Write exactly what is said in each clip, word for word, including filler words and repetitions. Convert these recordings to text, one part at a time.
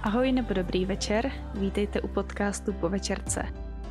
Ahoj nebo dobrý večer, vítejte u podcastu Po večerce.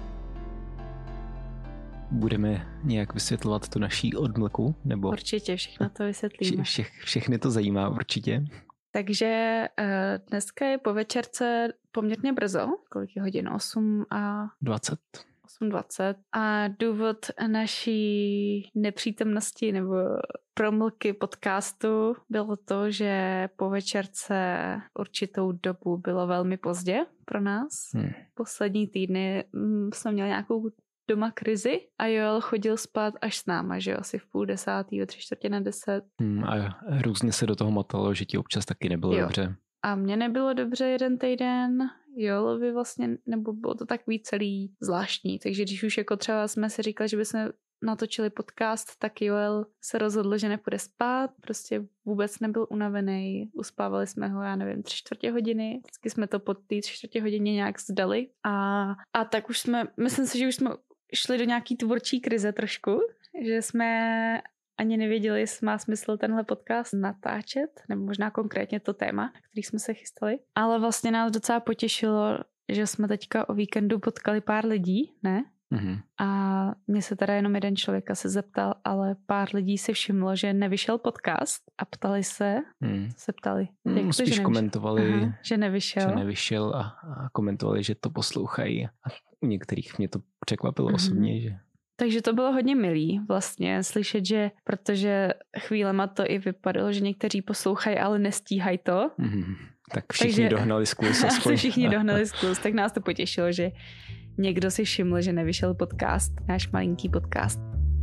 Budeme nějak vysvětlovat tu naší odmlku? Nebo... Určitě, všechno to vysvětlíme. Vše, všechny to zajímá určitě. Takže dneska je po večerce poměrně brzo, kolik je hodin? osm a... dvacet. osm dvacet. A důvod naší nepřítomnosti nebo promlky podcastu bylo to, že po večerce určitou dobu bylo velmi pozdě pro nás. Hmm. Poslední týdny jsme měli nějakou doma krizi a Joel chodil spát až s náma, že jo, asi v půl desátý, ve tři čtvrtě na deset. Hmm, a různě se do toho motalo, že ti občas taky nebylo jo. dobře. A mně nebylo dobře jeden týden, Joelovi vlastně, nebo bylo to takový celý zvláštní, takže když už jako třeba jsme si říkali, že bychom natočili podcast, tak Joel se rozhodl, že nepůjde spát, prostě vůbec nebyl unavený, uspávali jsme ho, já nevím, tři čtvrtě hodiny, vždycky jsme to po té tři čtvrtě hodině nějak zdali a, a tak už jsme, myslím si, že už jsme šli do nějaký tvůrčí krize trošku, že jsme ani nevěděli, jestli má smysl tenhle podcast natáčet, nebo možná konkrétně to téma, na který jsme se chystali. Ale vlastně nás docela potěšilo, že jsme teďka o víkendu potkali pár lidí, ne? Mm-hmm. A mě se teda jenom jeden člověk asi zeptal, ale pár lidí si všimlo, že nevyšel podcast a ptali se, mm. se ptali. Mm, jak to, spíš že komentovali, Aha, že nevyšel. Že nevyšel a, a komentovali, že to poslouchají. A u některých mě to překvapilo mm-hmm. osobně, že... Takže to bylo hodně milý vlastně slyšet, že protože chvílema to i vypadalo, že někteří poslouchají, ale nestíhají to. Mm, tak všichni Takže, dohnali skluz. Asi všichni dohnali skluz, tak nás to potěšilo, že někdo si všiml, že nevyšel podcast, náš malinký podcast.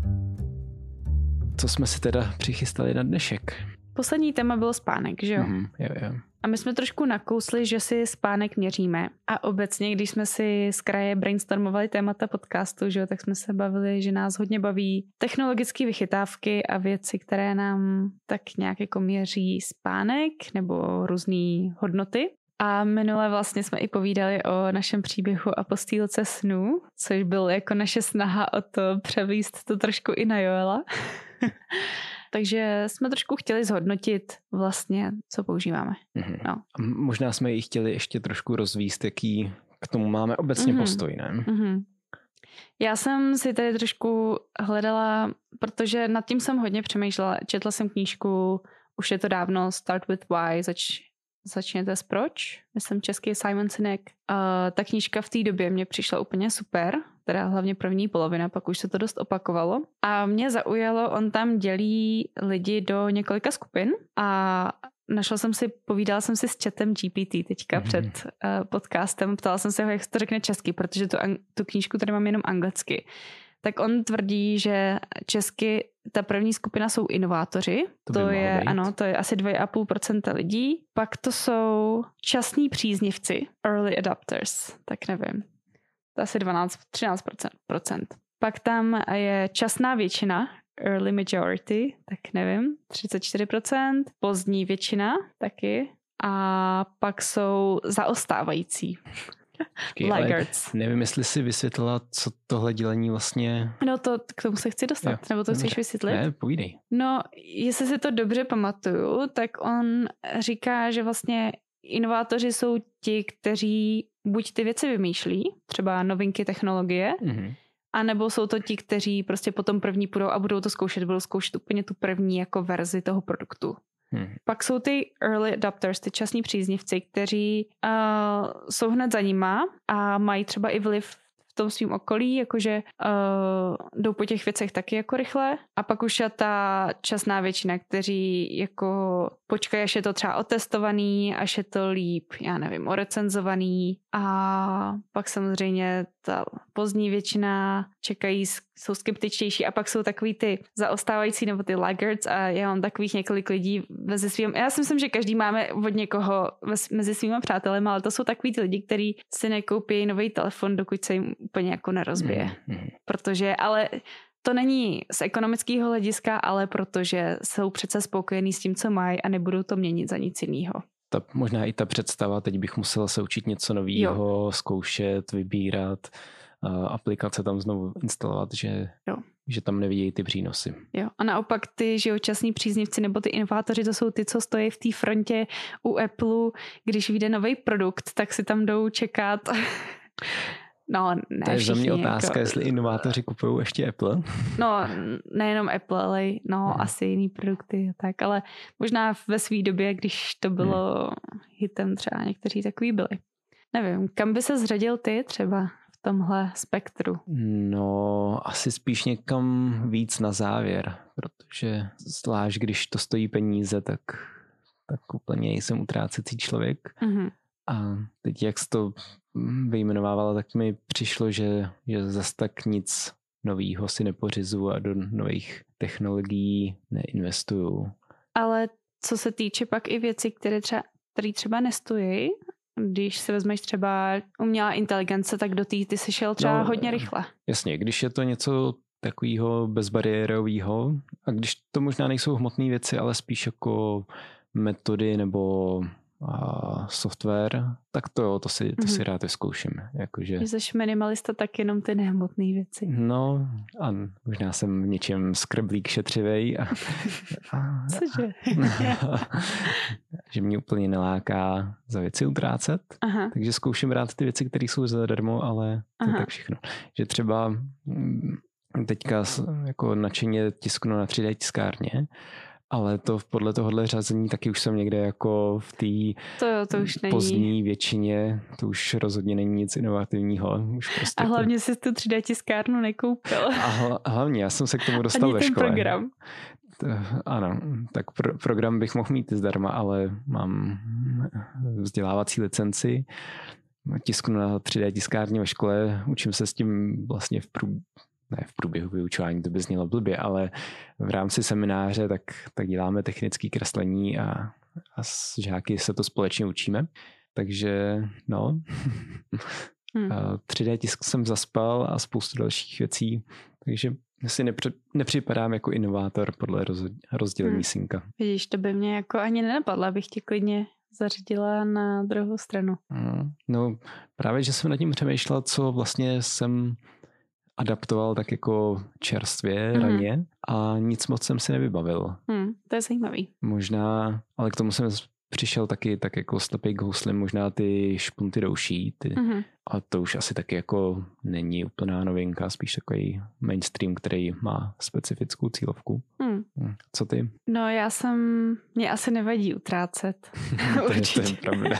Co jsme si teda přichystali na dnešek? Poslední téma byl spánek, že jo? Mm, jo, jo. A my jsme trošku nakousli, že si spánek měříme. A obecně, když jsme si z kraje brainstormovali témata podcastu, že jo, tak jsme se bavili, že nás hodně baví technologické vychytávky a věci, které nám tak nějak jako měří spánek nebo různé hodnoty. A minule vlastně jsme i povídali o našem příběhu a postýlce snů, což byl jako naše snaha o to převíst to trošku i na Joela. Takže jsme trošku chtěli zhodnotit vlastně, co používáme. Mm-hmm. No. A možná jsme ji chtěli ještě trošku rozvíst, jaký k tomu máme obecně mm-hmm. postoj, ne? Mm-hmm. Já jsem si tady trošku hledala, protože nad tím jsem hodně přemýšlela. Četla jsem knížku, už je to dávno, Start with Why, zač, začněte s proč. Myslím český Simon Sinek. Uh, ta knížka v té době mě přišla úplně super, teda hlavně první polovina, pak už se to dost opakovalo. A mě zaujalo, on tam dělí lidi do několika skupin a našla jsem si, povídala jsem si s chatem G P T teďka mm-hmm. před uh, podcastem, ptala jsem se ho, jak se to řekne česky, protože tu, tu knížku tady mám jenom anglicky. Tak on tvrdí, že česky ta první skupina jsou inovátoři, to, to je, ano, to je asi dva a půl procenta lidí, pak to jsou časní příznivci, early adopters, tak nevím, to asi dvanáct třináct procent. Pak tam je časná většina, early majority, tak nevím, třicet čtyři procent, pozdní většina taky a pak jsou zaostávající. Laggards. Nevím, jestli si vysvětlila, co tohle dělení vlastně... No to k tomu se chci dostat, jo, nebo to chceš vysvětlit? Ne, povídej. No, jestli si to dobře pamatuju, tak on říká, že vlastně inovátoři jsou ti, kteří buď ty věci vymýšlí, třeba novinky technologie, mm-hmm. a nebo jsou to ti, kteří prostě potom první půjdou a budou to zkoušet, budou zkoušet úplně tu první jako verzi toho produktu. Hmm. Pak jsou ty early adopters, ty časní příznivci, kteří uh, jsou hned za nima a mají třeba i vliv v tom svým okolí, jakože uh, jdou po těch věcech taky jako rychle. A pak už je ta časná většina, kteří jako počkají, až je to třeba otestovaný, až je to líp, já nevím, orecenzovaný. A pak samozřejmě ta pozdní většina čekají, jsou skeptičtější a pak jsou takový ty zaostávající nebo ty laggards a já mám takových několik lidí mezi svým. Já si myslím, že každý máme od někoho mezi svýma přáteli, ale to jsou takový ty lidi, kteří si nekoupí nový telefon, dokud se jim úplně jako nerozbije. Mm, mm. Protože, ale to není z ekonomického hlediska, ale protože jsou přece spokojení s tím, co mají a nebudou to měnit za nic jiného. Ta, možná i ta představa, teď bych musela se učit něco nového, zkoušet, vybírat, uh, aplikace tam znovu instalovat, že, že tam nevidějí ty přínosy. Jo, a naopak ty živočasní příznivci nebo ty inovátoři, to jsou ty, co stojí v té frontě u Apple, když vyjde nový produkt, tak si tam jdou čekat. No, ne to je všichni, za mě otázka, jako... jestli inovátoři kupují ještě Apple. No, nejenom Apple, ale no, hmm. asi jiný produkty, tak, ale možná ve své době, když to bylo hmm. hitem, třeba někteří takový byli. Nevím, kam by se zřadil ty třeba v tomhle spektru? No, asi spíš někam víc na závěr, protože zvlášť, když to stojí peníze, tak, tak úplně jsem utrácecí člověk. Hmm. A teď, jak jsi to vyjmenovávala, tak mi přišlo, že, že zas tak nic novýho si nepořizu a do nových technologií neinvestuju. Ale co se týče pak i věcí, které třeba, které třeba nestojí, když si vezmeš třeba umělá inteligence, tak do té ty si šel třeba no, hodně rychle. Jasně, když je to něco takového bezbariérového a když to možná nejsou hmotné věci, ale spíš jako metody nebo a software, tak to jo, to si, to mm-hmm. si rád vyzkouším. Jakože... Když jsi minimalista, tak jenom ty nehmotné věci. No, a možná jsem v něčem skrblík šetřivej. A, a, Cože? že mě úplně neláká za věci utrácet. Aha. Takže zkouším rád ty věci, které jsou zadarmo, ale to Aha. je tak všechno. Že třeba teďka jako nadšeně tisknu na tři dé tiskárně, ale to podle tohohle řazení taky už jsem někde jako v té to, to pozdní většině, to už rozhodně není nic inovativního. Už prostě a hlavně to... jsi tu tři dé tiskárnu nekoupil. A hl- hlavně, já jsem se k tomu dostal Ani ve ten škole. program. To, ano, tak pro, program bych mohl mít zdarma, ale mám vzdělávací licenci, tisknu na tři dé tiskárně ve škole, učím se s tím vlastně v průběhu ne v průběhu vyučování, to by znělo blbě, ale v rámci semináře tak, tak děláme technické kreslení a, a s žáky se to společně učíme. Takže no, hmm. tři dé tisk jsem zaspal a spoustu dalších věcí, takže si nepři, nepřipadám jako inovátor podle roz, rozdělení hmm. synka. Vidíš, to by mě jako ani nenapadlo, abych tě klidně zařídila na druhou stranu. Hmm. No právě, že jsem nad tím přemýšlel, co vlastně jsem adaptoval tak jako čerstvě mm. raně a nic moc jsem si nevybavil. Mm, to je zajímavý. Možná, ale k tomu jsem přišel taky tak jako slepej k houslim, možná ty špunty douší, ty, mm. a to už asi taky jako není úplná novinka, spíš takový mainstream, který má specifickou cílovku. Mm. Co ty? No já jsem, mě asi nevadí utrácet. to, je, to je pravda.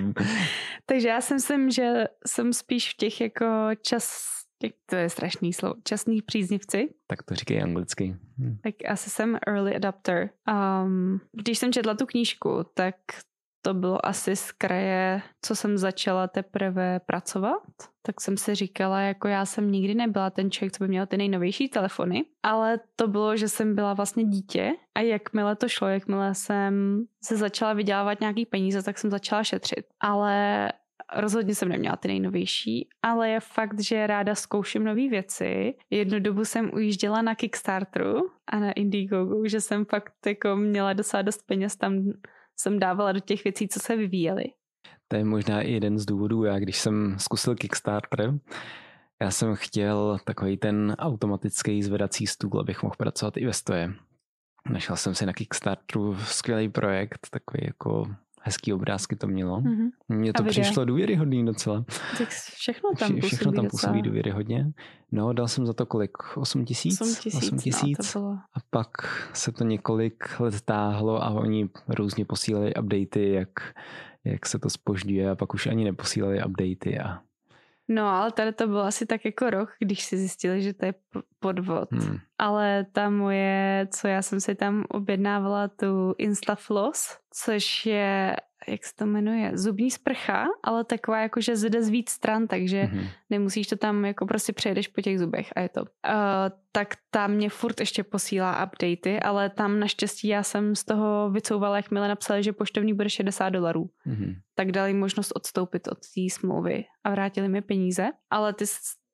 Takže já si myslím, že jsem spíš v těch jako čas to je strašný slovo. Časný příznivci. Tak to říkej anglicky. Hm. Tak asi jsem early adopter. Um, když jsem četla tu knížku, tak to bylo asi z kraje, co jsem začala teprve pracovat. Tak jsem si říkala, jako já jsem nikdy nebyla ten člověk, co by měl ty nejnovější telefony, ale to bylo, že jsem byla vlastně dítě a jakmile to šlo, jakmile jsem se začala vydělávat nějaký peníze, tak jsem začala šetřit. Ale rozhodně jsem neměla ty nejnovější, ale je fakt, že ráda zkouším nové věci. Jednu dobu jsem ujížděla na Kickstarteru a na Indiegogu, že jsem fakt jako měla docela dost peněz, tam jsem dávala do těch věcí, co se vyvíjely. To je možná i jeden z důvodů. Já když jsem zkusil Kickstarter, já jsem chtěl takový ten automatický zvedací stůl, abych mohl pracovat i ve stoje. Našel jsem si na Kickstarteru skvělý projekt, takový jako hezký obrázky to mělo. Mm-hmm. Mně to přišlo důvěryhodný docela. Tak všechno tam působí Všechno tam působí důvěryhodně. No, dal jsem za to kolik? osm tisíc? osm tisíc, no, a pak se to několik let táhlo a oni různě posílali updaty, jak, jak se to zpožďuje a pak už ani neposílali updaty a no, ale tady to bylo asi tak jako rok, když si zjistili, že to je podvod. Hmm. Ale ta moje, co já jsem si tam objednávala, tu Instafloss, což je, jak se to jmenuje, zubní sprcha, ale taková jako, že zde z víc stran, takže hmm. nemusíš to tam, jako prostě přejdeš po těch zubech a je to. Uh, tak tam mě furt ještě posílá updaty, ale tam naštěstí já jsem z toho vycouvala, jakmile napsali, že poštovní bude šedesát dolarů. Hmm. Tak dali možnost odstoupit od té smlouvy a vrátili mi peníze, ale ty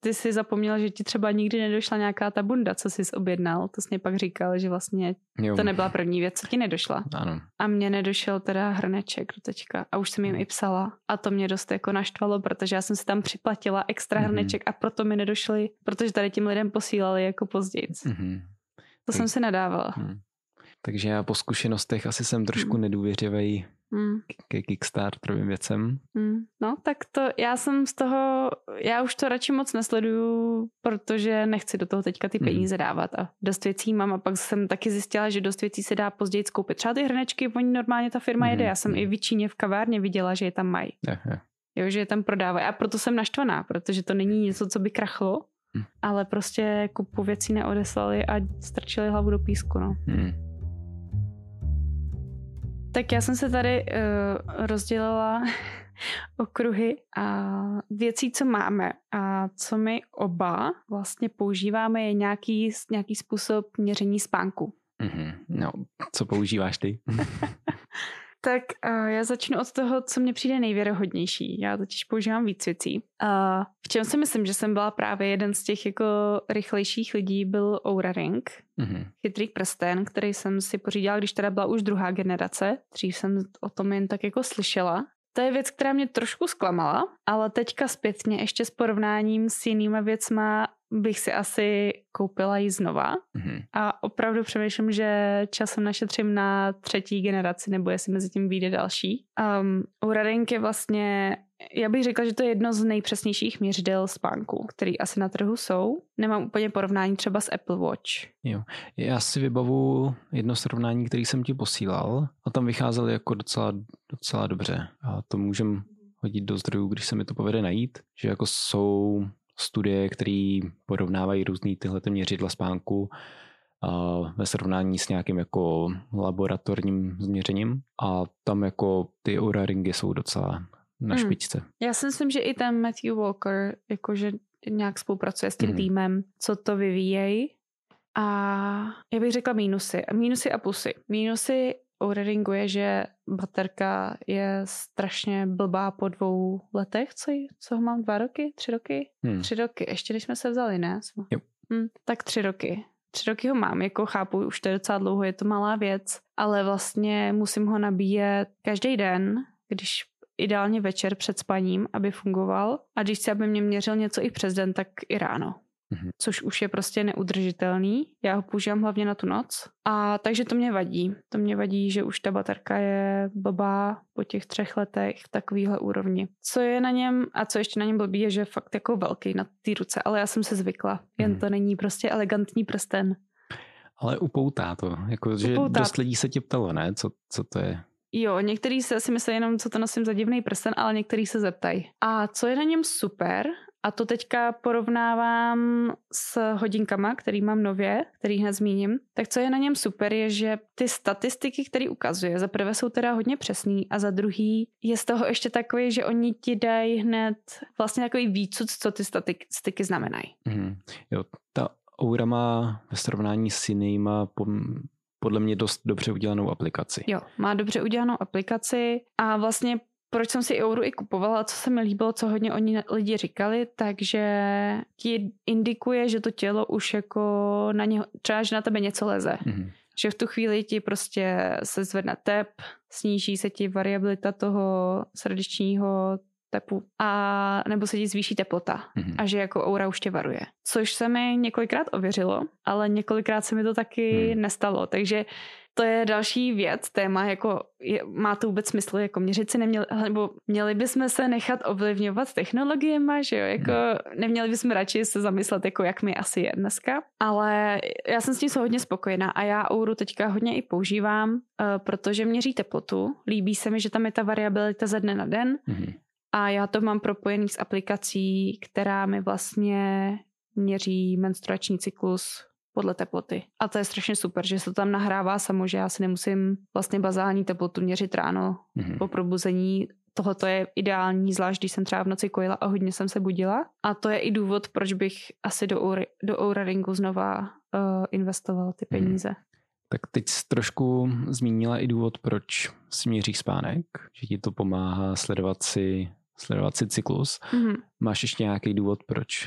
ty jsi zapomněl, že ti třeba nikdy nedošla nějaká ta bunda, co jsi objednal. To jsi mě pak říkal, že vlastně jo. to nebyla první věc, co ti nedošla. Ano. A mně nedošel teda hrneček do teďka. A už jsem jim i psala. A to mě dost jako naštvalo, protože já jsem si tam připlatila extra mm-hmm. hrneček a proto mi nedošly, protože tady těm lidem posílali jako později. Mm-hmm. To tak... jsem si nadávala. Mm. Takže já po zkušenostech asi jsem trošku mm. nedůvěřivý mm. ke Kickstarterovým věcem. Mm. No, tak to já jsem z toho, já už to radši moc nesleduju, protože nechci do toho teďka ty peníze mm. dávat a dost věcí mám a pak jsem taky zjistila, že dost věcí se dá později koupit. Třeba ty hrnečky, oni normálně ta firma mm. jede. Já jsem mm. i v Číně v kavárně viděla, že je tam mají. Je, je. Jo, že je tam prodávají. A proto jsem naštvaná, protože to není něco, co by krachlo, mm. ale prostě kupu věcí neodeslali a strčili hlavu do písku, no. Mm. Tak já jsem se tady uh, rozdělila okruhy a věcí, co máme a co my oba vlastně používáme, je nějaký, nějaký způsob měření spánku. Mm-hmm. No, co používáš ty? Tak uh, já začnu od toho, co mně přijde nejvěrohodnější. Já totiž používám víc věcí. Uh, v čem si myslím, že jsem byla právě jeden z těch jako rychlejších lidí, byl Oura Ring. Mm-hmm. Chytrý prsten, který jsem si pořídila, když teda byla už druhá generace. Dřív jsem o tom jen tak jako slyšela. To je věc, která mě trošku zklamala, ale teďka zpětně ještě s porovnáním s jinýma věcma bych si asi koupila ji znova. Mm-hmm. A opravdu přemýšlím, že časem našetřím na třetí generaci, nebo jestli mezi tím vyjde další. Um, Oura Ring je vlastně, já bych řekla, že to je jedno z nejpřesnějších měřidel spánku, který asi na trhu jsou. Nemám úplně porovnání třeba s Apple Watch. Jo. Já si vybavu jedno srovnání, který jsem ti posílal a tam vycházely jako docela, docela dobře. A to můžem hodit do zdrojů, když se mi to povede najít, že jako jsou studie, které porovnávají různý tyhle měřidla spánku a ve srovnání s nějakým jako laboratorním změřením a tam jako ty Oura Ringy jsou docela na špičce. Hmm. Já si myslím, že i ten Matthew Walker jakože nějak spolupracuje s tím hmm. týmem, co to vyvíjejí. A já bych řekla mínusy. Mínusy a plusy. Mínusy Oura Ringu je, že baterka je strašně blbá po dvou letech. Co, co ho mám? Dva roky? Tři roky? Hmm. Tři roky. Ještě když jsme se vzali, ne? Hmm, tak tři roky. Tři roky ho mám. Jako chápu, už to je docela dlouho, je to malá věc. Ale vlastně musím ho nabíjet každý den, když ideálně večer před spaním, aby fungoval. A když chci, aby mě měřil něco i přes den, tak i ráno. Mm-hmm. Což už je prostě neudržitelný. Já ho používám hlavně na tu noc. A takže to mě vadí. To mě vadí, že už ta baterka je blbá po těch třech letech v takovýhle úrovni. Co je na něm a co ještě na něm blbý, je, že je fakt jako velký na té ruce, ale já jsem se zvykla. Jen mm-hmm. to není prostě elegantní prsten. Ale upoutá to. Jako, že upoutá. Dost lidí se tě ptalo, ne? Co, co to je? Jo, některý se si myslí jenom, co to nosím za divný prsten, ale některý se zeptají. A co je na něm super, a to teďka porovnávám s hodinkama, který mám nově, který hned zmíním, tak co je na něm super, je, že ty statistiky, které ukazuje, za prvé jsou teda hodně přesný a za druhý je z toho ještě takový, že oni ti dají hned vlastně takový výcud, co ty statistiky znamenají. Mm, jo, ta Oura má ve srovnání s jinýma pom- podle mě dost dobře udělanou aplikaci. Jo, má dobře udělanou aplikaci a vlastně proč jsem si Ouru i kupovala, co se mi líbilo, co hodně oni lidi říkali, takže ti indikuje, že to tělo už jako na něho, třeba, že na tebe něco leze. Mm-hmm. Že v tu chvíli ti prostě se zvedne tep, sníží se ti variabilita toho srdečního tepu a nebo se ti zvýší teplota mm-hmm. a že jako Oura už tě varuje. Což se mi několikrát ověřilo, ale několikrát se mi to taky mm. nestalo, takže to je další věc, téma, jako je, má to vůbec smysl, jako měřit si neměli, nebo měli bychom se nechat ovlivňovat technologiema, že jo, jako neměli bychom radši se zamyslet, jako jak mi asi je dneska, ale já jsem s tím hodně spokojená a já Ouru teďka hodně i používám, uh, protože měří teplotu, líbí se mi, že tam je ta variabilita ze dne na den mm-hmm. a já to mám propojený s aplikací, která mi vlastně měří menstruační cyklus podle teploty. A to je strašně super, že se to tam nahrává samo, že já si nemusím vlastně bazální teplotu měřit ráno mm-hmm. po probuzení. Tohle je ideální, zvlášť když jsem třeba v noci kojila a hodně jsem se budila. A to je i důvod, proč bych asi do Oura, do Oura Ringu znova uh, investovala ty peníze. Mm. Tak teď jsi trošku zmínila i důvod, proč si měříš spánek, že ti to pomáhá sledovat si, sledovat si cyklus. Mm-hmm. Máš ještě nějaký důvod, proč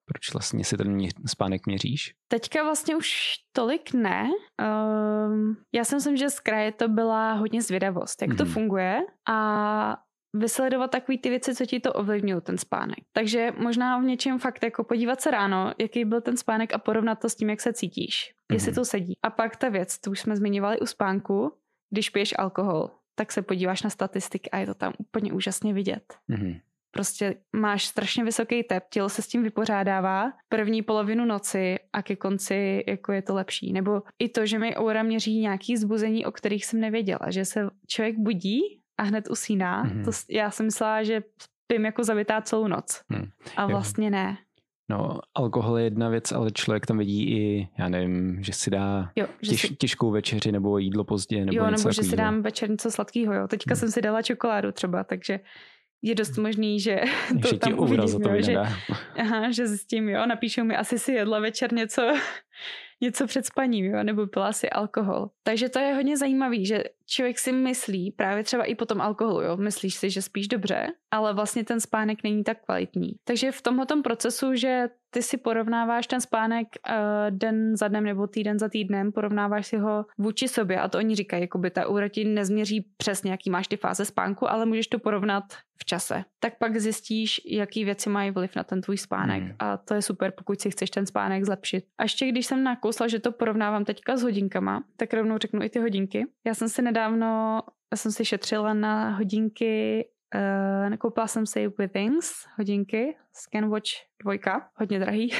proč vlastně si ten mě, spánek měříš? Teďka vlastně už tolik ne. Um, já si myslím, že z kraje to byla hodně zvědavost, jak mm-hmm. to funguje a vysledovat takový ty věci, co ti to ovlivňují, ten spánek. Takže možná v něčem fakt jako podívat se ráno, jaký byl ten spánek a porovnat to s tím, jak se cítíš. Mm-hmm. Jestli to sedí. A pak ta věc, to už jsme zmiňovali u spánku, když piješ alkohol, tak se podíváš na statistiky a je to tam úplně úžasně vidět. Mm-hmm. Prostě máš strašně vysoký tep, tělo se s tím vypořádává první polovinu noci a ke konci jako je to lepší. Nebo i to, že mi Oura měří nějaký zbuzení, o kterých jsem nevěděla, že se člověk budí a hned usíná. Mm-hmm. To, já jsem myslela, že spím jako zavitá celou noc. Mm. A vlastně jo. ne. No, alkohol je jedna věc, ale člověk tam vidí i, já nevím, že si dá jo, že těž, si... těžkou večeři nebo jídlo pozdě. Nebo jo, nebo že si dám večer něco sladkého. Jo. Teďka mm. jsem si dala čokoládu třeba, takže je dost možný, že to že tam uvidím, to jo, že, aha, že zjistím, jo, napíšou mi, asi si jedla večer něco, něco před spaním, jo, nebo pila si alkohol. Takže to je hodně zajímavý, že člověk si myslí, právě třeba i po tom alkoholu, jo, myslíš si, že spíš dobře, ale vlastně ten spánek není tak kvalitní. Takže v tomhletom procesu, že ty si porovnáváš ten spánek uh, den za dnem nebo týden za týdnem, porovnáváš si ho vůči sobě a to oni říkají, jakoby ta Oura ti nezměří přesně, jaký máš ty fáze spánku, ale můžeš to porovnat v čase. Tak pak zjistíš, jaký věci mají vliv na ten tvůj spánek mm. a to je super, pokud si chceš ten spánek zlepšit. A ještě když jsem nakousla, že to porovnávám teďka s hodinkama, tak rovnou řeknu i ty hodinky. Já jsem si nedávno, já jsem si šetřila na hodinky. Uh, nakoupila jsem si Withings hodinky, Scanwatch dva, hodně drahý.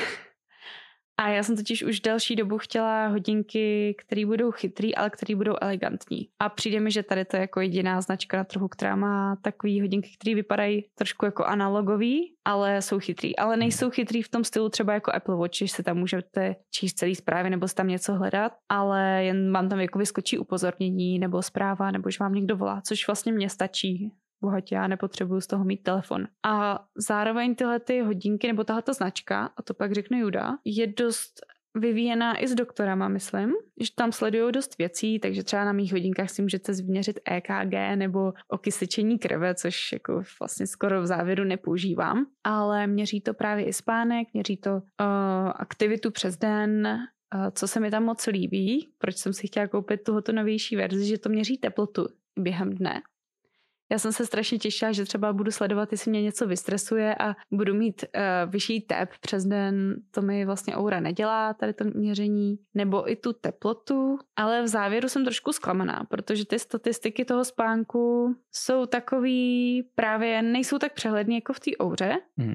A já jsem totiž už delší dobu chtěla hodinky, které budou chytrý, ale které budou elegantní. A přijde mi, že tady to je jako jediná značka na trhu, která má takové hodinky, které vypadají trošku jako analogový, ale jsou chytrý. Ale nejsou chytrý v tom stylu třeba jako Apple Watch, že si tam můžete číst celý zprávy nebo si tam něco hledat, ale jen vám tam jako vyskočí upozornění nebo zpráva, nebo že vám někdo volá, což vlastně mě stačí. Bohatě, já nepotřebuju z toho mít telefon. A zároveň tyhle ty hodinky, nebo tahleta značka, a to pak řekne Juda, je dost vyvíjená i s doktorama, myslím, že tam sledují dost věcí, takže třeba na mých hodinkách si můžete změřit E K G nebo okysličení krve, což jako vlastně skoro v závěru nepoužívám, ale měří to právě i spánek, měří to uh, aktivitu přes den, uh, co se mi tam moc líbí, proč jsem si chtěla koupit tuhoto novější verzi, že to měří teplotu během dne. Já jsem se strašně těšila, že třeba budu sledovat, jestli mě něco vystresuje a budu mít uh, vyšší tep přes den. To mi vlastně Oura nedělá, tady to měření. Nebo i tu teplotu. Ale v závěru jsem trošku zklamaná, protože ty statistiky toho spánku jsou takový, právě nejsou tak přehledný jako v té Ouře. Hmm.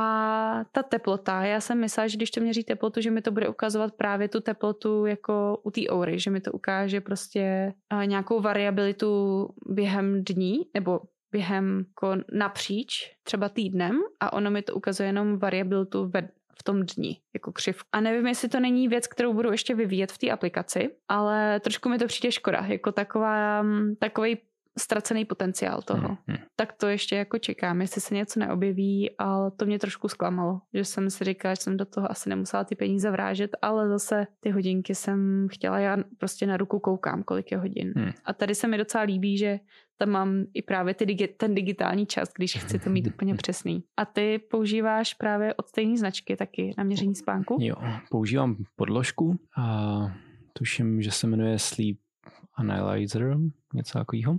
A ta teplota, já jsem myslela, že když to měří teplotu, že mi to bude ukazovat právě tu teplotu jako u té Oury, že mi to ukáže prostě uh, nějakou variabilitu během dní, nebo během jako napříč třeba týdnem a ono mi to ukazuje jenom variabilitu ve, v tom dni, jako křivku. A nevím, jestli to není věc, kterou budu ještě vyvíjet v té aplikaci, ale trošku mi to přijde škoda, jako taková, takovej ztracený potenciál toho. Hmm, hmm. Tak to ještě jako čekám, jestli se něco neobjeví, ale to mě trošku zklamalo, že jsem si říkala, že jsem do toho asi nemusela ty peníze vrážet, ale zase ty hodinky jsem chtěla, já prostě na ruku koukám, kolik je hodin. Hmm. A tady se mi docela líbí, že tam mám i právě ty digi- ten digitální čas, když chci to mít úplně přesný. A ty používáš právě od stejné značky taky na měření spánku? Jo, používám podložku a tuším, že se jmenuje Sleep Analyzer, něco takového.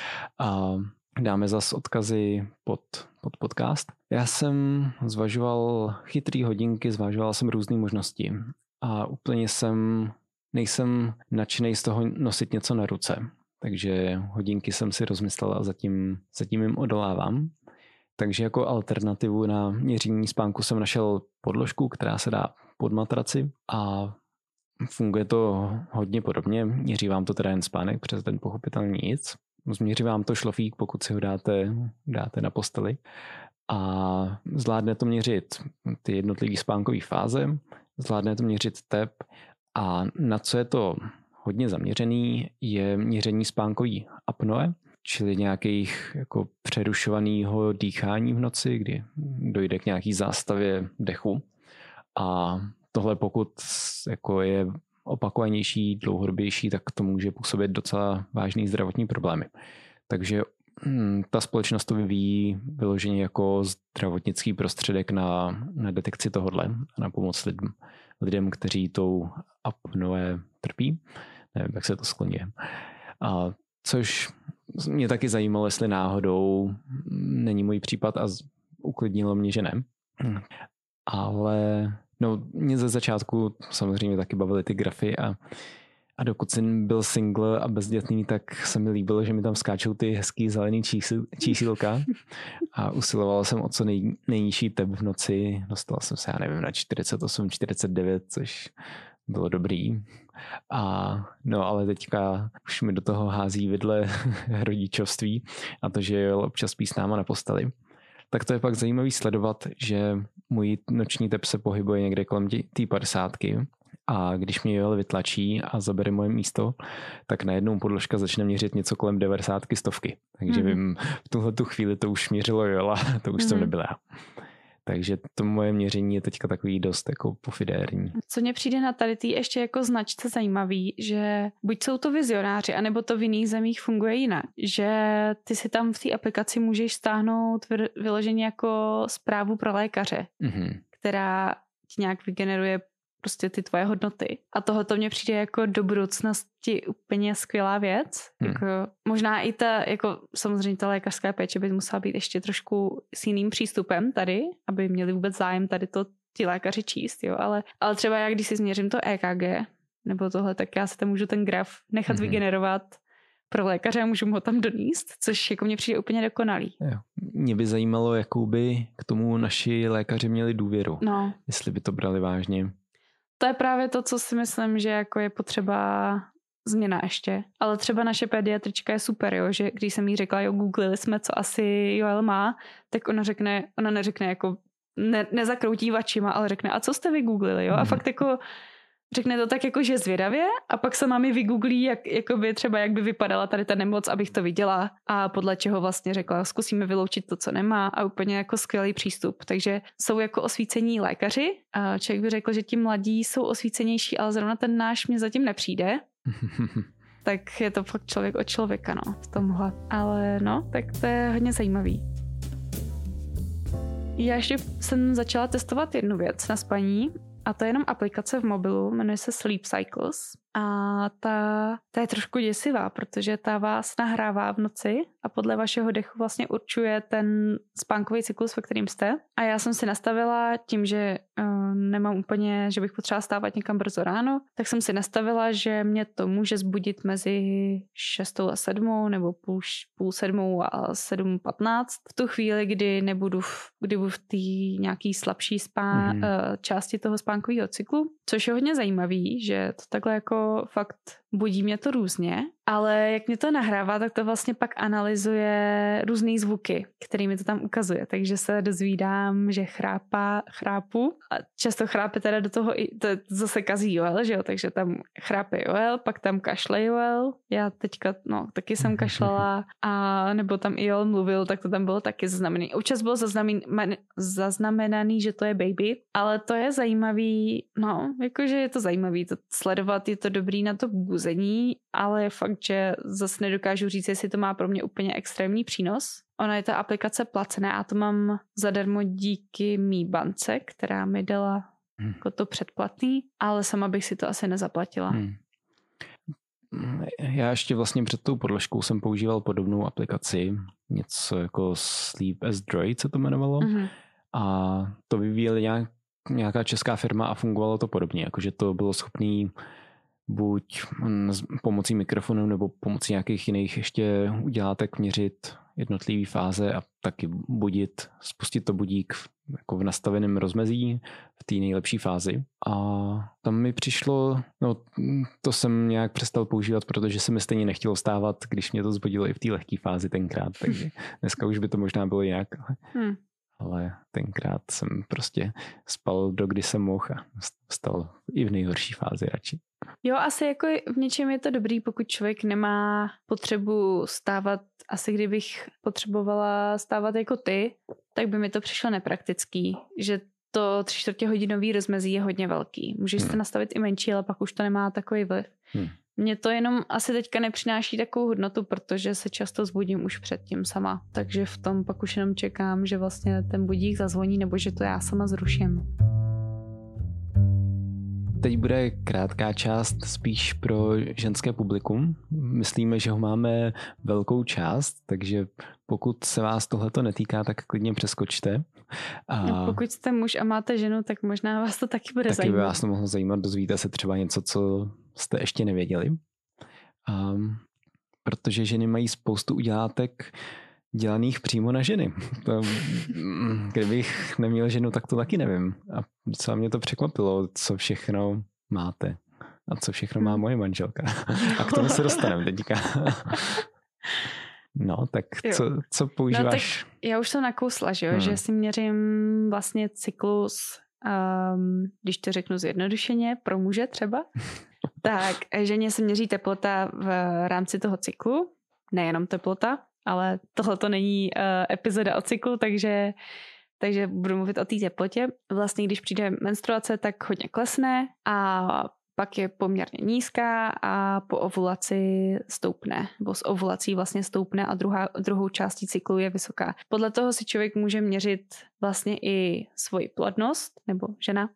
A dáme zas odkazy pod, pod podcast. Já jsem zvažoval chytrý hodinky, zvažoval jsem různé možnosti a úplně jsem, nejsem nadšenej z toho nosit něco na ruce. Takže hodinky jsem si rozmyslel a zatím, zatím jim odolávám. Takže jako alternativu na měření spánku jsem našel podložku, která se dá pod matraci a funguje to hodně podobně. Měří vám to teda jen spánek, přes den pochopitelně nic. Změří vám to šlofík, pokud si ho dáte, dáte na posteli. A zvládne to měřit ty jednotlivé spánkové fáze, zvládne to měřit tep a na co je to hodně zaměřený, je měření spánkový apnoe, čili nějakých jako přerušovaného dýchání v noci, kdy dojde k nějaký zástavě dechu. A tohle pokud jako je opakovanější, dlouhodobější, tak to může působit docela vážný zdravotní problémy. Takže ta společnost to vyvíjí vyloženě jako zdravotnický prostředek na, na detekci tohodle, na pomoc lidem, lidem, kteří tou apnoe trpí. Nevím, jak se to skloňuje. A což mě taky zajímalo, jestli náhodou není můj případ a uklidnilo mě, že ne. Ale no, mě ze začátku samozřejmě taky bavily ty grafy a, a dokud jsem byl single a bezdětný, tak se mi líbilo, že mi tam skáčou ty hezký zelený čísl, čísílka a usiloval jsem o co nej, nejnižší tep v noci. Dostal jsem se, já nevím, na čtyřicet osm, čtyřicet devět, což bylo dobrý. A no, ale teďka už mi do toho hází vidle rodičovství a to, že Joel občas spí s náma na posteli. Tak to je pak zajímavý sledovat, že můj noční tep se pohybuje někde kolem té padesátky a když mě Joel vytlačí a zabere moje místo, tak najednou podložka začne měřit něco kolem devadesátky, stovky. Takže mm. vím, v tuhle tu chvíli to už měřilo Joela, to už mm. jsem nebyl já. Takže to moje měření je teďka takový dost jako pofidérní. Co mně přijde na tady tý ještě jako značce zajímavý, že buď jsou to vizionáři, anebo to v jiných zemích funguje jinak. Že ty si tam v té aplikaci můžeš stáhnout vyloženě jako zprávu pro lékaře, mm-hmm. která ti nějak vygeneruje prostě ty tvoje hodnoty. A tohoto mně přijde jako do budoucnosti úplně skvělá věc. Hmm. Jako, možná i ta, jako samozřejmě ta lékařská péče by musela být ještě trošku s jiným přístupem tady, aby měli vůbec zájem tady to ti lékaři číst, jo. Ale, ale třeba já, když si změřím to E K G nebo tohle, tak já si tam můžu ten graf nechat hmm. vygenerovat pro lékaře a můžu mu ho tam doníst, což jako mně přijde úplně dokonalý. Jo. Mě by zajímalo, jakou by k tomu naši lékaři měli důvěru. No. Jestli by to brali vážně. To je právě to, co si myslím, že jako je potřeba změna ještě. Ale třeba naše pediatrička je super, jo, že když jsem jí řekla, jo, googlili jsme, co asi Joel má, tak ona řekne, ona neřekne jako, ne, nezakroutí vačima, ale řekne, a co jste vy googlili, jo? A fakt jako řekne to tak jako, že zvědavě a pak se mami vygooglí, jak, jakoby třeba jak by vypadala tady ta nemoc, abych to viděla a podle čeho vlastně řekla, zkusíme vyloučit to, co nemá a úplně jako skvělý přístup. Takže jsou jako osvícení lékaři a člověk by řekl, že ti mladí jsou osvícenější, ale zrovna ten náš mě zatím nepřijde. Tak je to fakt člověk od člověka, no, v tomhle. Ale no, tak to je hodně zajímavý. Já ještě jsem začala testovat jednu věc na spaní a to je jenom aplikace v mobilu, jmenuje se Sleep Cycles a ta, ta je trošku děsivá, protože ta vás nahrává v noci a podle vašeho dechu vlastně určuje ten spánkový cyklus, ve kterým jste. A já jsem si nastavila tím, že uh, nemám úplně, že bych potřeba stávat někam brzo ráno, tak jsem si nastavila, že mě to může zbudit mezi šestou a sedmou nebo půl, půl sedmou a sedm patnáct. V tu chvíli, kdy nebudu v, kdy budu v té nějaký slabší spá, mm. uh, části toho spánkového cyklu, což je hodně zajímavý, že to takhle jako fakt budí mě to různě, ale jak mě to nahrává, tak to vlastně pak analyzuje různý zvuky, kterými to tam ukazuje, takže se dozvídám, že chrápá, chrápu a často chrápe teda do toho, i, to zase kazí Joel, že jo, takže tam chrápe Joel, pak tam kašle Joel, já teďka, no, taky jsem kašlala a nebo tam i Joel mluvil, tak to tam bylo taky zaznamenaný. Občas bylo zaznamenaný, zaznamenaný, že to je baby, ale to je zajímavý, no, jakože je to zajímavý to sledovat, je to dobrý na to buzení, ale je fakt, že zase nedokážu říct, jestli to má pro mě úplně extrémní přínos. Ona je ta aplikace placená a to mám zadarmo díky mý bance, která mi dala hmm. jako to předplatný, ale sama bych si to asi nezaplatila. Hmm. Já ještě vlastně před tou podložkou jsem používal podobnou aplikaci, něco jako Sleep as Droid se to jmenovalo hmm. a to vyvíjeli nějak, nějaká česká firma a fungovalo to podobně, jakože to bylo schopný buď pomocí mikrofonu nebo pomocí nějakých jiných ještě udělátek měřit jednotlivé fáze a taky budit, spustit to budík jako v nastaveném rozmezí v té nejlepší fázi. A tam mi přišlo, no to jsem nějak přestal používat, protože se mi stejně nechtělo vstávat, když mě to zbudilo i v té lehké fázi tenkrát, takže dneska už by to možná bylo jinak. Hmm. Ale tenkrát jsem prostě spal, dokdy jsem mohl a vstal i v nejhorší fázi radši. Jo, asi jako v něčem je to dobrý, pokud člověk nemá potřebu stávat, asi kdybych potřebovala stávat jako ty, tak by mi to přišlo nepraktický, že to tři čtvrtě hodinový rozmezí je hodně velký. Můžeš hmm. si nastavit i menší, ale pak už to nemá takový vliv. Hmm. Mně to jenom asi teďka nepřináší takovou hodnotu, protože se často zbudím už předtím sama. Takže v tom pak už jenom čekám, že vlastně ten budík zazvoní nebo že to já sama zruším. Teď bude krátká část spíš pro ženské publikum. Myslíme, že ho máme velkou část, takže pokud se vás tohleto netýká, tak klidně přeskočte. A no, pokud jste muž a máte ženu, tak možná vás to taky bude taky zajímat. Taky by vás to mohlo zajímat, dozvíte se třeba něco, co jste ještě nevěděli. Um, protože ženy mají spoustu udělátek dělaných přímo na ženy. To, kdybych neměl ženu, tak to taky nevím. A docela mě to překvapilo, co všechno máte. A co všechno má moje manželka. A k tomu se dostaneme teďka. No, tak co, co používáš? No, tak já už jsem nakousla, že, jo? Hmm. že si měřím vlastně cyklus, um, když to řeknu zjednodušeně, pro muže třeba, tak ženě se měří teplota v rámci toho cyklu, nejenom teplota, ale tohle to není uh, epizoda o cyklu, takže, takže budu mluvit o té teplotě. Vlastně, když přijde menstruace, tak hodně klesne a pak je poměrně nízká a po ovulaci stoupne, nebo s ovulací vlastně stoupne a druhá, druhou částí cyklu je vysoká. Podle toho si člověk může měřit vlastně i svoji plodnost, nebo žena.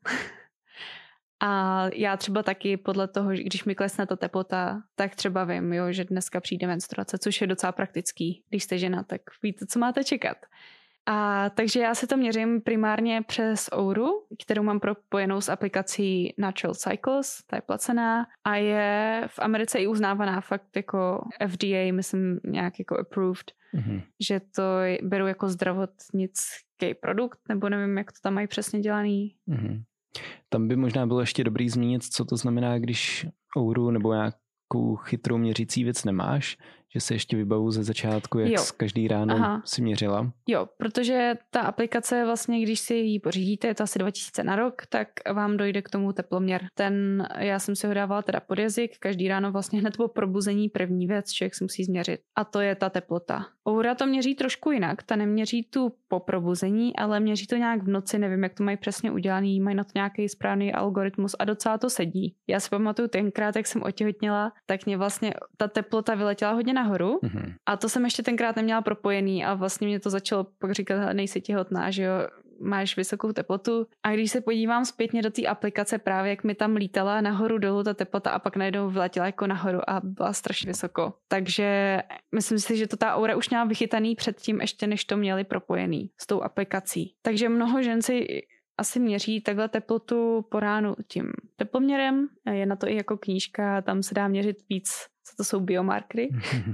A já třeba taky podle toho, když mi klesne ta teplota, tak třeba vím, jo, že dneska přijde menstruace, což je docela praktický. Když jste žena, tak víte, co máte čekat. A takže já si to měřím primárně přes Ouru, kterou mám propojenou s aplikací Natural Cycles, ta je placená a je v Americe i uznávaná fakt jako F D A, myslím nějak jako approved, mm-hmm. že to beru jako zdravotnický produkt, nebo nevím, jak to tam mají přesně dělaný. Mm-hmm. Tam by možná bylo ještě dobrý zmínit, co to znamená, když Ouru nebo nějakou chytrou měřící věc nemáš, že se ještě vybavu ze začátku, jak z každý ráno Aha. si měřila. Jo, protože ta aplikace vlastně, když si ji pořídíte, je to asi dva tisíce na rok, tak vám dojde k tomu teploměr. Ten, já jsem si ho dávala teda pod jazyk, každý ráno vlastně hned po probuzení první věc, člověk si musí změřit. A to je ta teplota. Oura to měří trošku jinak, ta neměří tu po probuzení, ale měří to nějak v noci, nevím, jak to mají přesně udělaný, mají na to nějaký správný algoritmus a docela to sedí. Já si pamatuju tenkrát, jak jsem otěhotněla, tak mě vlastně ta teplota vyletěla hodně nahoru mm-hmm. a to jsem ještě tenkrát neměla propojený a vlastně mě to začalo pak říkat, nejsi těhotná, že jo, máš vysokou teplotu a když se podívám zpětně do té aplikace právě, jak mi tam lítala nahoru dolů ta teplota a pak najednou vyletěla jako nahoru a byla strašně vysoko. Takže myslím si, že to ta Oura už měla vychytaný předtím, ještě než to měli propojený s tou aplikací. Takže mnoho žen si asi měří takhle teplotu po ránu tím teploměrem. Je na to i jako knížka, tam se dá měřit víc, co to jsou biomarkery.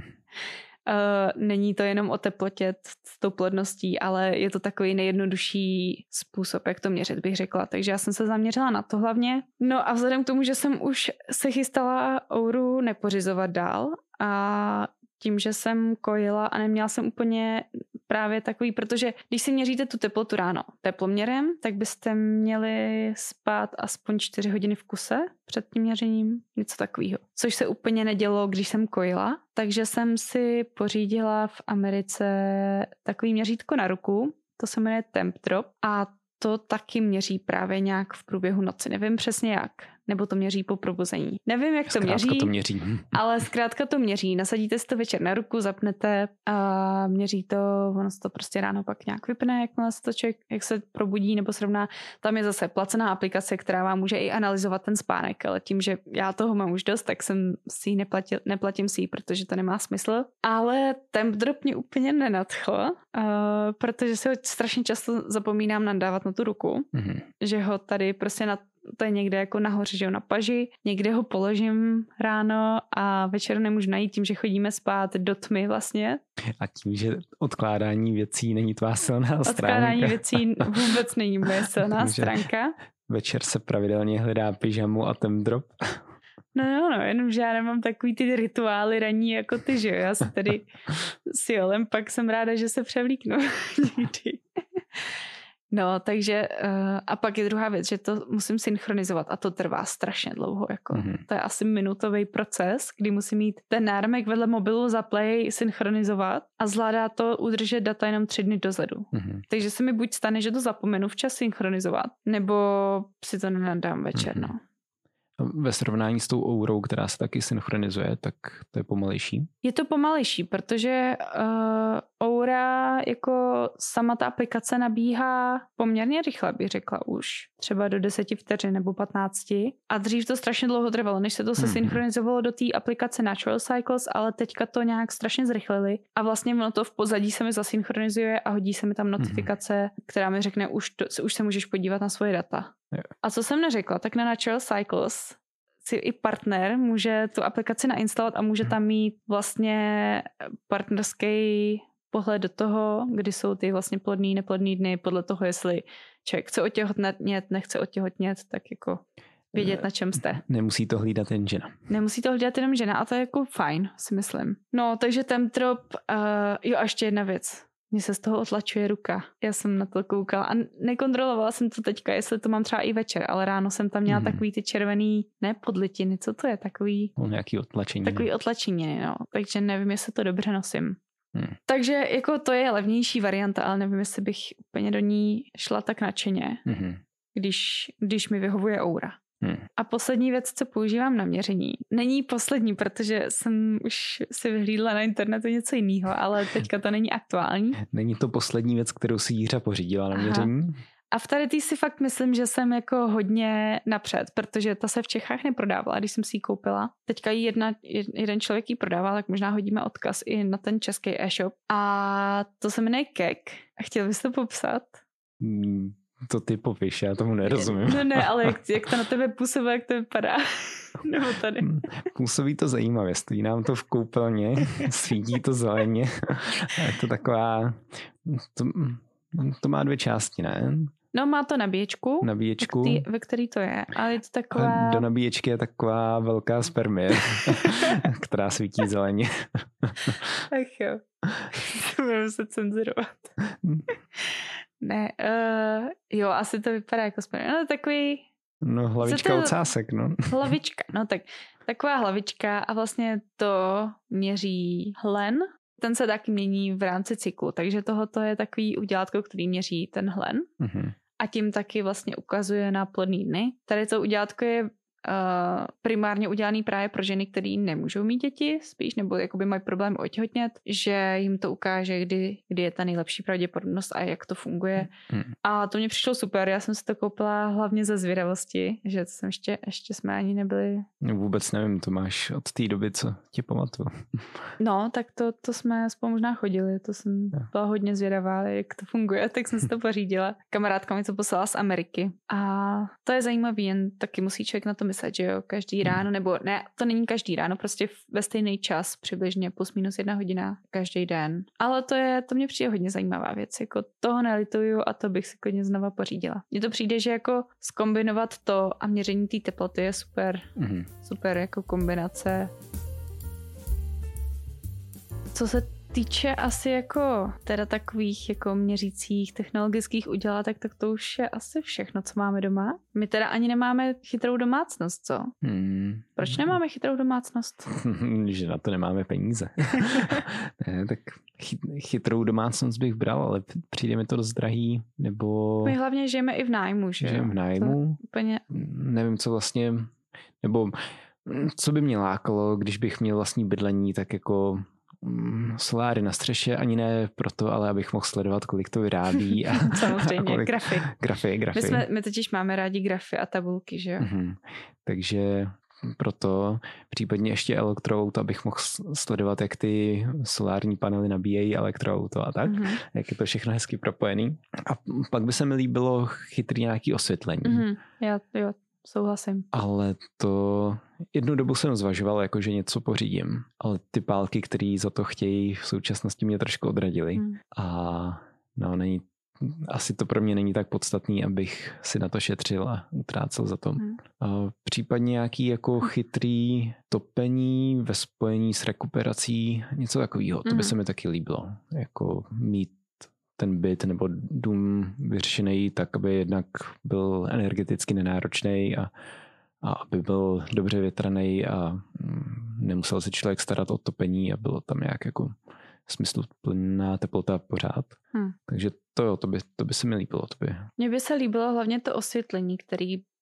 Uh, není to jenom o teplotě s tou plodností, ale je to takový nejjednodušší způsob, jak to měřit, bych řekla. Takže já jsem se zaměřila na to hlavně. No a vzhledem k tomu, že jsem už se chystala Ouru nepořizovat dál a tím, že jsem kojila a neměla jsem úplně právě takový, protože když si měříte tu teplotu ráno teploměrem, tak byste měli spát aspoň čtyři hodiny v kuse před tím měřením, něco takového. Což se úplně nedělo, když jsem kojila, takže jsem si pořídila v Americe takový měřítko na ruku, to se jmenuje Tempdrop a to taky měří právě nějak v průběhu noci. Nevím přesně jak. Nebo to měří po probuzení. Nevím, jak to zkrátka měří, to měří, ale zkrátka to měří. Nasadíte si to večer na ruku, zapnete a měří to, ono se to prostě ráno pak nějak vypne, jakmile se to člověk, jak se probudí nebo srovná. Tam je zase placená aplikace, která vám může i analyzovat ten spánek, ale tím, že já toho mám už dost, tak jsem si ji neplatil, neplatím si ji, protože to nemá smysl. Ale Tempdrop mě úplně nenadchl, uh, protože si ho strašně často zapomínám nadávat na tu ruku, mm-hmm. že ho tady prostě na to je někde jako nahoře, že jo, na paži, někde ho položím ráno a večer nemůžu najít tím, že chodíme spát do tmy vlastně. A tím, že odkládání věcí není tvá silná stránka. Odkládání věcí vůbec není moje silná stránka. Večer se pravidelně hledá pyžamu a Tempdrop. No, no, no, jenom že já nemám takový ty rituály ranní jako ty, že jo, já se tady s Jolem pak jsem ráda, že se převlíknu někdy. No, takže uh, a pak je druhá věc, že to musím synchronizovat a to trvá strašně dlouho, jako. Mm-hmm. To je asi minutový proces, kdy musím mít ten náramek vedle mobilu za Play synchronizovat a zvládá to udržet data jenom tři dny dozadu. Mm-hmm. Takže se mi buď stane, že to zapomenu včas synchronizovat, nebo si to nenadám večer, mm-hmm. no. ve srovnání s tou Aurou, která se taky synchronizuje, tak to je pomalejší? Je to pomalejší, protože uh, Aura jako sama ta aplikace nabíhá poměrně rychle, bych řekla už. Třeba do deseti vteřin nebo patnácti. A dřív to strašně dlouho trvalo, než se to se hmm. synchronizovalo do té aplikace Natural Cycles, ale teďka to nějak strašně zrychlili. A vlastně ono to v pozadí se mi zasynchronizuje a hodí se mi tam notifikace, hmm. která mi řekne, už, to, už se můžeš podívat na svoje data. Yeah. A co jsem neřekla, tak na Natural Cycles si i partner může tu aplikaci nainstalovat a může tam mít vlastně partnerský pohled do toho, kdy jsou ty vlastně plodný, neplodný dny, podle toho, jestli člověk chce otěhotnět, nechce otěhotnět, tak jako vědět, na čem jste. Nemusí to hlídat jen žena. Nemusí to hlídat jenom žena a to je jako fajn, si myslím. No, takže Temtrop, uh, jo a ještě jedna věc. Mně se z toho otlačuje ruka. Já jsem na to koukala a nekontrolovala jsem to teďka, jestli to mám třeba i večer, ale ráno jsem tam měla mm. takový ty červený, ne podlitiny, co to je, takový... No, nějaký otlačení. Takový otlačení, no. Takže nevím, jestli to dobře nosím. Hmm. Takže jako to je levnější varianta, ale nevím, jestli bych úplně do ní šla tak nadšeně, hmm. když, když mi vyhovuje Aura. Hmm. A poslední věc, co používám na měření, není poslední, protože jsem už si vyhlídla na internetu něco jiného, ale teďka to není aktuální. Není to poslední věc, kterou si Jířa pořídila na měření? Aha. A v tady tý si fakt myslím, že jsem jako hodně napřed, protože ta se v Čechách neprodávala, když jsem si ji koupila. Teďka ji jedna, jeden člověk ji prodával, tak možná hodíme odkaz i na ten český e-shop. A to se jmenuje Kek. A chtěl bys to popsat? Hmm, to ty povíš, já tomu nerozumím. No ne, ale jak, jak to na tebe působí, jak to vypadá? Nebo tady. Působí to zajímavě, stojí nám to v koupelně, svítí to zeleně. Je to taková... To, to má dvě části, ne? No má to nabíječku, nabíječku. Ve, který, ve který to je, ale je to taková... A do nabíječky je taková velká spermie, která svítí zeleně. Ach jo, budeme se cenzurovat. Ne, uh, jo, asi to vypadá jako spermie. No takový... No hlavička to... ocásek, no. Hlavička, no tak taková hlavička a vlastně to měří hlen. Ten se taky mění v rámci cyklu, takže tohoto je takový udělátko, který měří ten hlen mm-hmm. a tím taky vlastně ukazuje na plodný dny. Tady to udělátko je uh, primárně udělaný právě pro ženy, které nemůžou mít děti, spíš, nebo jakoby mají problém otěhotnět, že jim to ukáže, kdy, kdy je ta nejlepší pravděpodobnost a jak to funguje. Mm. A to mě přišlo super, já jsem si to koupila hlavně ze zvědavosti, že jsem ještě, ještě jsme ani nebyli... No vůbec nevím, to máš od té doby, co ti pamatuju. No, tak to, to jsme spolu možná chodili, to jsem byla hodně zvědavá, jak to funguje, tak jsem si to pořídila. Kamarádka mi to poslala z Ameriky a to je zajímavý, jen taky musí člověk na to myslet, že jo, každý ráno, nebo ne, to není každý ráno, prostě ve stejný čas, přibližně plus minus jedna hodina každý den. Ale to je, to mě přijde hodně zajímavá věc, jako toho nelituju a to bych si klidně znova pořídila. Mně to přijde, že jako zkombinovat to a měření té teploty je super, mm-hmm. super jako kombinace. Co se týče asi jako teda takových jako měřících technologických udělátek, tak to už je asi všechno, co máme doma. My teda ani nemáme chytrou domácnost, co? Hmm. Proč nemáme chytrou domácnost? Že na to nemáme peníze. Ne, tak chytrou domácnost bych bral, ale přijde mi to dost drahý, nebo... My hlavně žijeme i v nájmu, že? Žijeme v nájmu. Úplně... Nevím, co vlastně... Nebo co by mě lákalo, když bych měl vlastní bydlení, tak jako... soláry na střeše, ani ne proto, ale abych mohl sledovat, kolik to vyrábí. A, samozřejmě, a kolik... grafy. Grafy, grafy. My, jsme, my totiž máme rádi grafy a tabulky, že jo? Mm-hmm. Takže proto případně ještě elektroauto, abych mohl sledovat, jak ty solární panely nabíjejí elektroauto a tak, mm-hmm. jak je to všechno hezky propojený. A pak by se mi líbilo chytrý nějaký osvětlení. Mm-hmm. Já, jo. Souhlasím. Ale to jednu dobu jsem zvažoval, jako že něco pořídím, ale ty pálky, které za to chtějí, v současnosti mě trošku odradily. Hmm. A no, není, asi to pro mě není tak podstatný, abych si na to šetřil a utrácel za to. Hmm. A případně nějaký jako chytrý topení ve spojení s rekuperací, něco takového. To by hmm. se mi taky líbilo. Jako mít ten byt nebo dům vyřešený tak, aby jednak byl energeticky nenáročný a, a aby byl dobře větraný a nemusel si člověk starat o topení a bylo tam nějak jako smysluplná teplota pořád. Hmm. Takže to jo, to by, to by se mi líbilo. To by. Mně by se líbilo hlavně to osvětlení, který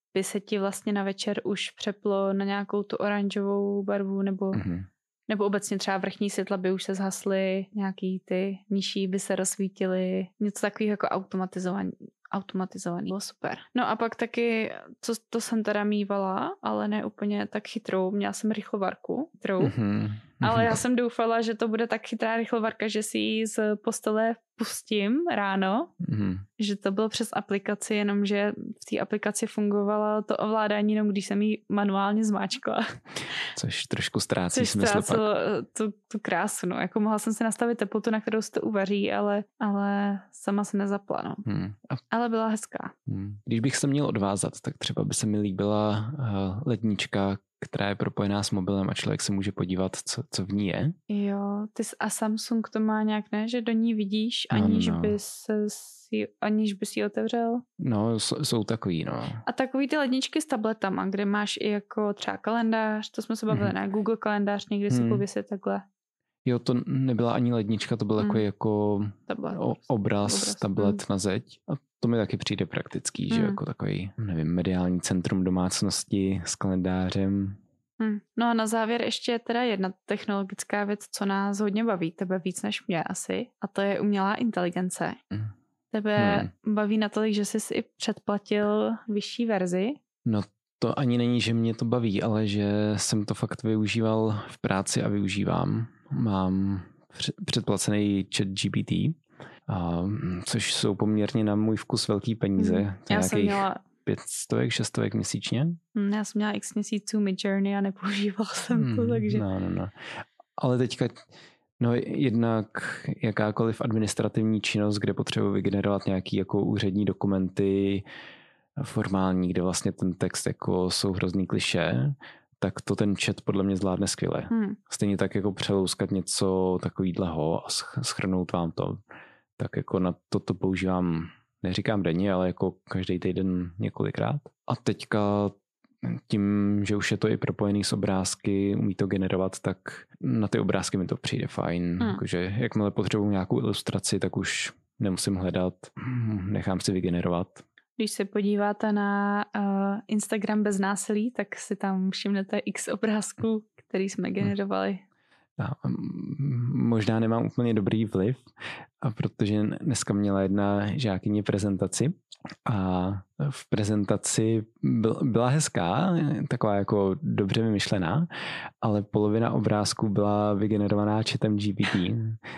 by se ti vlastně na večer už přeplo na nějakou tu oranžovou barvu, nebo, mm-hmm. nebo obecně třeba vrchní světla by už se zhasly, nějaký ty nižší by se rozsvítily, něco takového jako automatizovaný. automatizovaný. Bylo super. No a pak taky, co to jsem teda mývala, ale ne úplně tak chytrou. Měla jsem rychlovarku, chytrou, mm-hmm. ale já jsem doufala, že to bude tak chytrá rychlovarka, že si ji z postele pustím ráno, mm-hmm. že to bylo přes aplikaci, jenomže v té aplikaci fungovalo to ovládání jenom když jsem ji manuálně zmáčkla. Což trošku ztrácí Což smysl pak. Tu, tu krásu, no. Jako mohla jsem si nastavit teplotu, na kterou se to uvaří, ale, ale sama se nezapla, no. Hmm. Ale byla hezká. Hmm. Když bych se měl odvázat, tak třeba by se mi líbila uh, lednička, která je propojená s mobilem a člověk se může podívat, co, co v ní je. Jo, ty a Samsung to má nějak, ne? Že do ní vidíš, aniž no, no. bys si, aniž bys ji otevřel? No, jsou, jsou takový, no. A takový ty ledničky s tabletama, kde máš i jako třeba kalendář, to jsme se bavili, mm-hmm. ne? Google kalendář, někdy si mm. pověsit takhle. Jo, to nebyla ani lednička, to byl mm. takový jako tablet, o, obraz, obraz, tablet mm. na zeď. A to mi taky přijde praktický, mm. že jako takový, nevím, mediální centrum domácnosti s kalendářem. Hmm. No a na závěr ještě teda jedna technologická věc, co nás hodně baví, tebe víc než mě asi, a to je umělá inteligence. Hmm. Tebe hmm. baví natolik, že jsi si předplatil vyšší verzi? No to ani není, že mě to baví, ale že jsem to fakt využíval v práci a využívám. Mám předplacený ChatGPT, a, což jsou poměrně na můj vkus velký peníze. Hmm. Já jsem měla pětstovek, šestovek měsíčně. Já jsem měla x měsíců Midjourney a nepoužívala jsem to, takže... No, no, no. Ale teďka, no jednak jakákoliv administrativní činnost, kde potřebuji vygenerovat nějaký jako úřední dokumenty formální, kde vlastně ten text jako jsou hrozný klišé, tak to ten chat podle mě zvládne skvěle. Hmm. Stejně tak jako přelouskat něco takovýhleho a shrnout vám to. Tak jako na to to používám, neříkám denně, ale jako každý týden několikrát. A teďka tím, že už je to i propojený s obrázky, umí to generovat, tak na ty obrázky mi to přijde fajn. Hmm. Jakože jakmile potřebuji nějakou ilustraci, tak už nemusím hledat, nechám si vygenerovat. Když se podíváte na uh, Instagram bez násilí, tak si tam všimnete x obrázků, který jsme generovali. Já, možná nemám úplně dobrý vliv, a protože dneska měla jedna žákyně prezentaci a v prezentaci byla hezká, taková jako dobře vymyšlená, ale polovina obrázků byla vygenerovaná chatem G P T.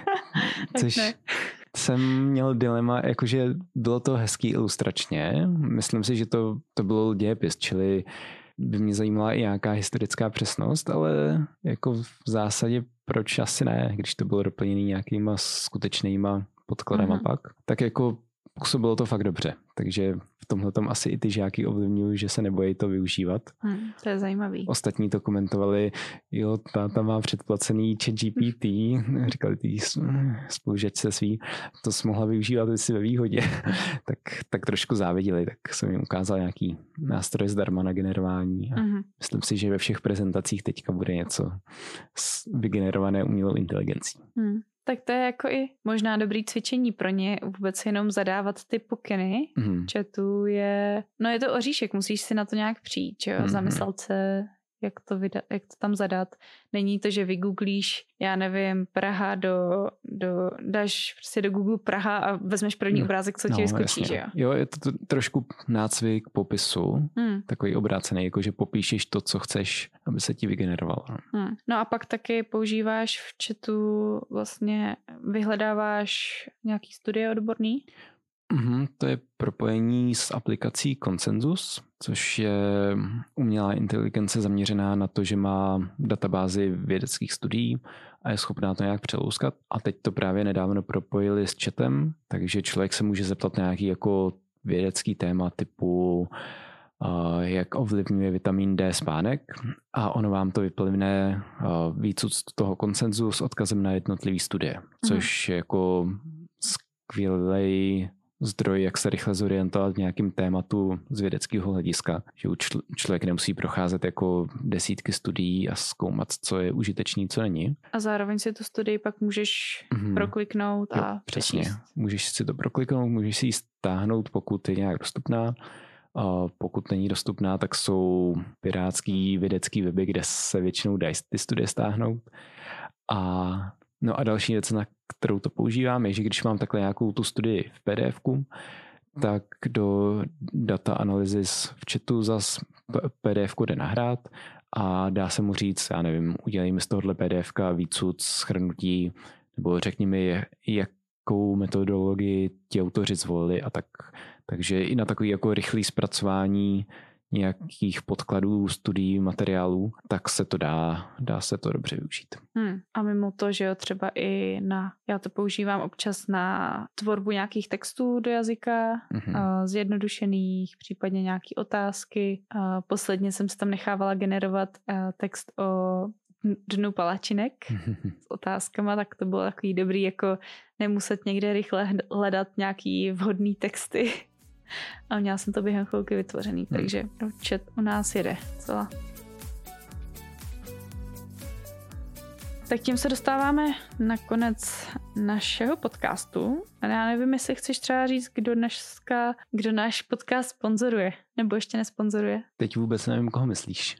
Což jsem měl dilema, jakože bylo to hezký ilustračně. Myslím si, že to, to bylo dějepis, čili by mě zajímala i nějaká historická přesnost, ale jako v zásadě proč asi ne, když to bylo doplněné nějakýma skutečnýma podkladama mm-hmm. pak. Tak jako působilo to fakt dobře. Takže v tomhle tom asi i ty žáky ovlivňují, že se nebojí to využívat. Hmm, to je zajímavý. Ostatní to komentovali, jo, táta má předplacený ChatGPT, říkali ty spolužačce svý, to jsi mohla využívat si ve výhodě. tak, tak trošku záviděli, tak jsem jim ukázal nějaký nástroj zdarma na generování. A mm-hmm. myslím si, že ve všech prezentacích teďka bude něco vygenerované umělou inteligencí. Hmm. Tak to je jako i možná dobrý cvičení pro ně, vůbec jenom zadávat ty pokyny. Mm. Chatu je, no je to oříšek, musíš si na to nějak přijít, jo? Mm. Zamyslet se, jak to, vydat, jak to tam zadat. Není to, že vygooglíš, já nevím, Praha do, do dáš prostě do Google Praha a vezmeš první obrázek, co ti no, vyskočí, že jo? Jo, je to trošku nácvik popisu, hmm. takový obrácený, jako že popíšeš to, co chceš, aby se ti vygenerovalo. Hmm. No a pak taky používáš v chatu, vlastně vyhledáváš nějaký studie odborný? Mm-hmm, to je propojení s aplikací Consensus, což je umělá inteligence zaměřená na to, že má databázi vědeckých studií a je schopná to nějak přelouskat. A teď to právě nedávno propojili s chatem, takže člověk se může zeptat na nějaký jako vědecký téma typu uh, jak ovlivňuje vitamin D spánek a ono vám to vyplivne uh, víc z toho konsenzu s odkazem na jednotlivý studie, což je jako skvělej zdroj, jak se rychle zorientovat v nějakým tématu z vědeckého hlediska, že čl- člověk nemusí procházet jako desítky studií a zkoumat, co je užitečný, co není. A zároveň si tu studii pak můžeš mm-hmm. prokliknout a jo, přesně. Můžeš si to prokliknout, můžeš si ji stáhnout, pokud je nějak dostupná A pokud není dostupná, tak jsou pirátský vědecký weby, kde se většinou dají ty studie stáhnout. A, no a další věc, na kterou to používám, je, že když mám takhle nějakou tu studii v pé dé efku, tak do data analysis v chatu zas pé dé efku jde nahrát a dá se mu říct, já nevím, udělej mi z tohohle pé dé efka výcud, shrnutí, nebo řekni mi, jakou metodologii ti autoři zvolili a tak. Takže i na takový jako rychlý zpracování nějakých podkladů, studií, materiálů, tak se to dá, dá se to dobře využít. Hmm. A mimo to, že jo, třeba i na, já to používám občas na tvorbu nějakých textů do jazyka, mm-hmm. zjednodušených, případně nějaké otázky. Posledně jsem se tam nechávala generovat text o dnu palačinek s otázkama, tak to bylo takový dobrý, jako nemuset někde rychle hledat nějaký vhodný texty. A měla jsem to během chvilky vytvořený, hmm. takže chat u nás jede celá. Tak tím se dostáváme na konec našeho podcastu. A já nevím, jestli chceš třeba říct, kdo dneska, kdo náš podcast sponzoruje, nebo ještě nesponzoruje. Teď vůbec nevím, koho myslíš.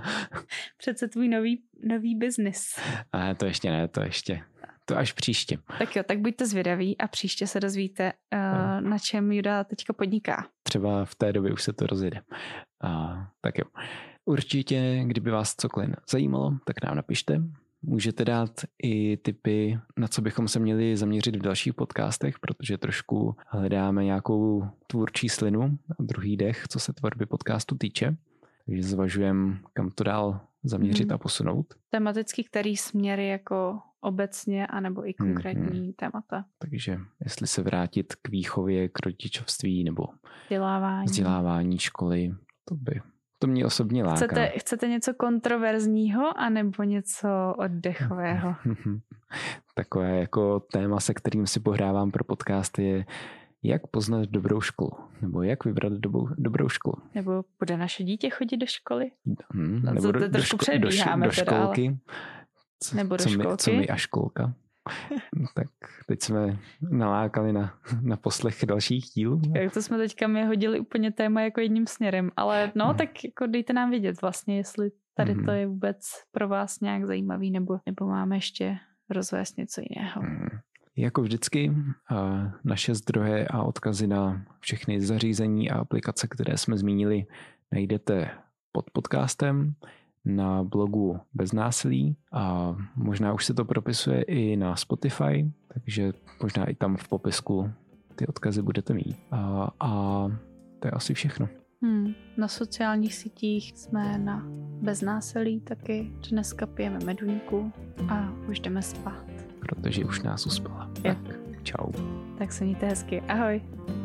Přece tvůj nový, nový biznis. A to ještě ne, to ještě. To až příště. Tak jo, tak buďte zvědaví a příště se dozvíte, uh, na čem Juda teďka podniká. Třeba v té době už se to rozjede. A, tak jo. Určitě, kdyby vás cokoliv zajímalo, tak nám napište. Můžete dát i tipy, na co bychom se měli zaměřit v dalších podcastech, protože trošku hledáme nějakou tvůrčí slinu a druhý dech, co se tvorby podcastu týče. Takže zvažujeme, kam to dál zaměřit hmm. a posunout. Tematicky který směry jako obecně, anebo i konkrétní hmm. témata. Takže jestli se vrátit k výchově, k rodičovství nebo vzdělávání, vzdělávání školy, to by to mě osobně láká. Chcete, chcete něco kontroverzního anebo něco oddechového? Takové jako téma, se kterým si pohrávám pro podcast, je jak poznat dobrou školu, nebo jak vybrat dobrou, dobrou školu. Nebo bude naše dítě chodit do školy? Hmm, nebo do, do, ško- do, š- do školky. Teda, ale... Nebo do co školky. My, co my a školka. Tak teď jsme nalákali na, na poslech dalších dílů. Tak to jsme teďka mi hodili úplně téma jako jedním směrem, ale no hmm. tak jako dejte nám vědět vlastně, jestli tady hmm. to je vůbec pro vás nějak zajímavý, nebo, nebo máme ještě rozvést něco jiného. Hmm. Jako vždycky naše zdroje a odkazy na všechny zařízení a aplikace, které jsme zmínili, najdete pod podcastem na blogu Bez násilí a možná už se to propisuje i na Spotify, takže možná i tam v popisku ty odkazy budete mít. A, a to je asi všechno. Hmm. Na sociálních sítích jsme na Bez násilí taky. Dneska pijeme meduňku a už jdeme spát. Protože už nás uspala. Tak, čau. Tak se mějte hezky. Ahoj.